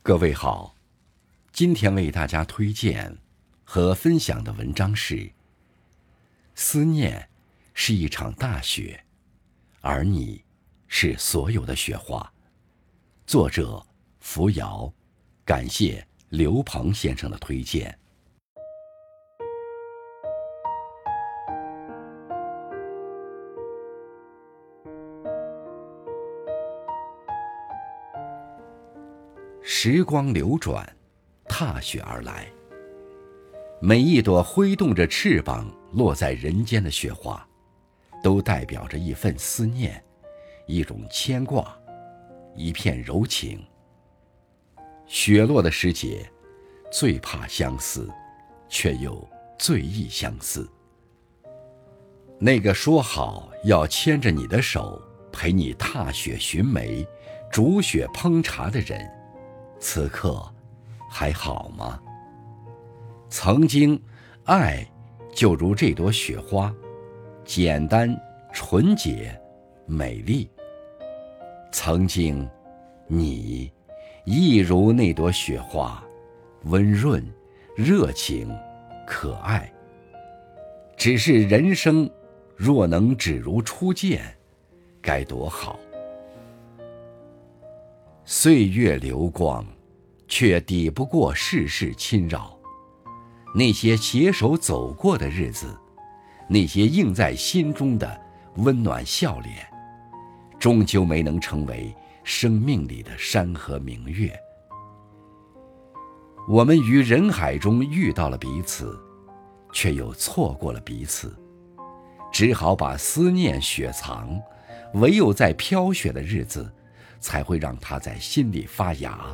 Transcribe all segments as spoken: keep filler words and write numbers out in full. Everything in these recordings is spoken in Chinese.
各位好，今天为大家推荐和分享的文章是《思念是一场大雪，而你是所有的雪花》，作者扶摇，感谢刘鹏先生的推荐。时光流转，踏雪而来。每一朵挥动着翅膀落在人间的雪花，都代表着一份思念，一种牵挂，一片柔情。雪落的时节，最怕相思，却又最易相思。那个说好要牵着你的手，陪你踏雪寻梅，煮雪烹茶的人，此刻还好吗？曾经，爱就如这朵雪花，简单、纯洁、美丽。曾经，你亦如那朵雪花，温润、热情、可爱。只是人生若能只如初见，该多好。岁月流光，却抵不过世事侵扰。那些携手走过的日子，那些映在心中的温暖笑脸，终究没能成为生命里的山河明月。我们于人海中遇到了彼此，却又错过了彼此，只好把思念雪藏，唯有在飘雪的日子，才会让它在心里发芽。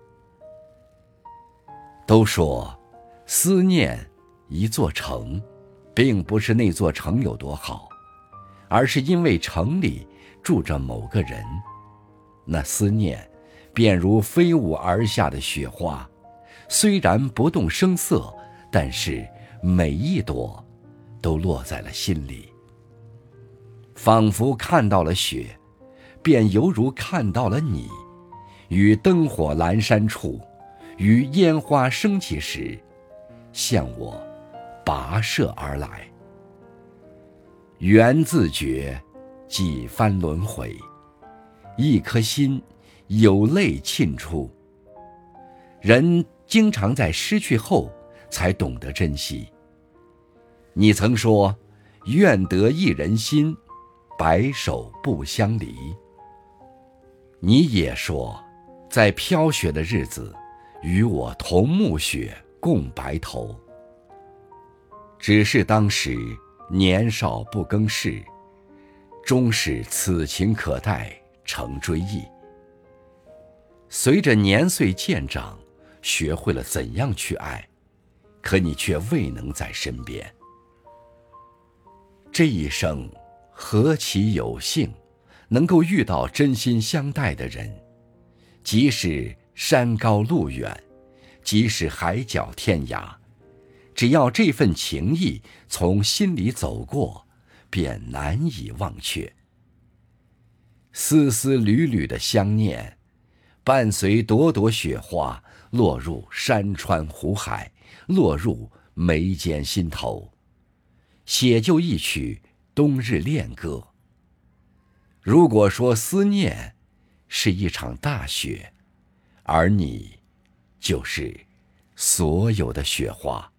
都说思念一座城，并不是那座城有多好，而是因为城里住着某个人。那思念便如飞舞而下的雪花，虽然不动声色，但是每一朵都落在了心里。仿佛看到了雪，便犹如看到了你，于灯火阑珊处，于烟花升起时，向我跋涉而来。缘自觉，几番轮回，一颗心有泪沁出。人经常在失去后才懂得珍惜。你曾说，愿得一人心，白首不相离。你也说，在飘雪的日子，与我同沐雪，共白头。只是当时年少不更事，终使此情可待成追忆。随着年岁渐长，学会了怎样去爱，可你却未能在身边。这一生何其有幸，能够遇到真心相待的人，即使山高路远，即使海角天涯，只要这份情谊从心里走过，便难以忘却。丝丝缕缕的相念，伴随朵朵雪花，落入山川湖海，落入眉间心头，写就一曲冬日恋歌。如果说思念是一场大雪，而你就是所有的雪花。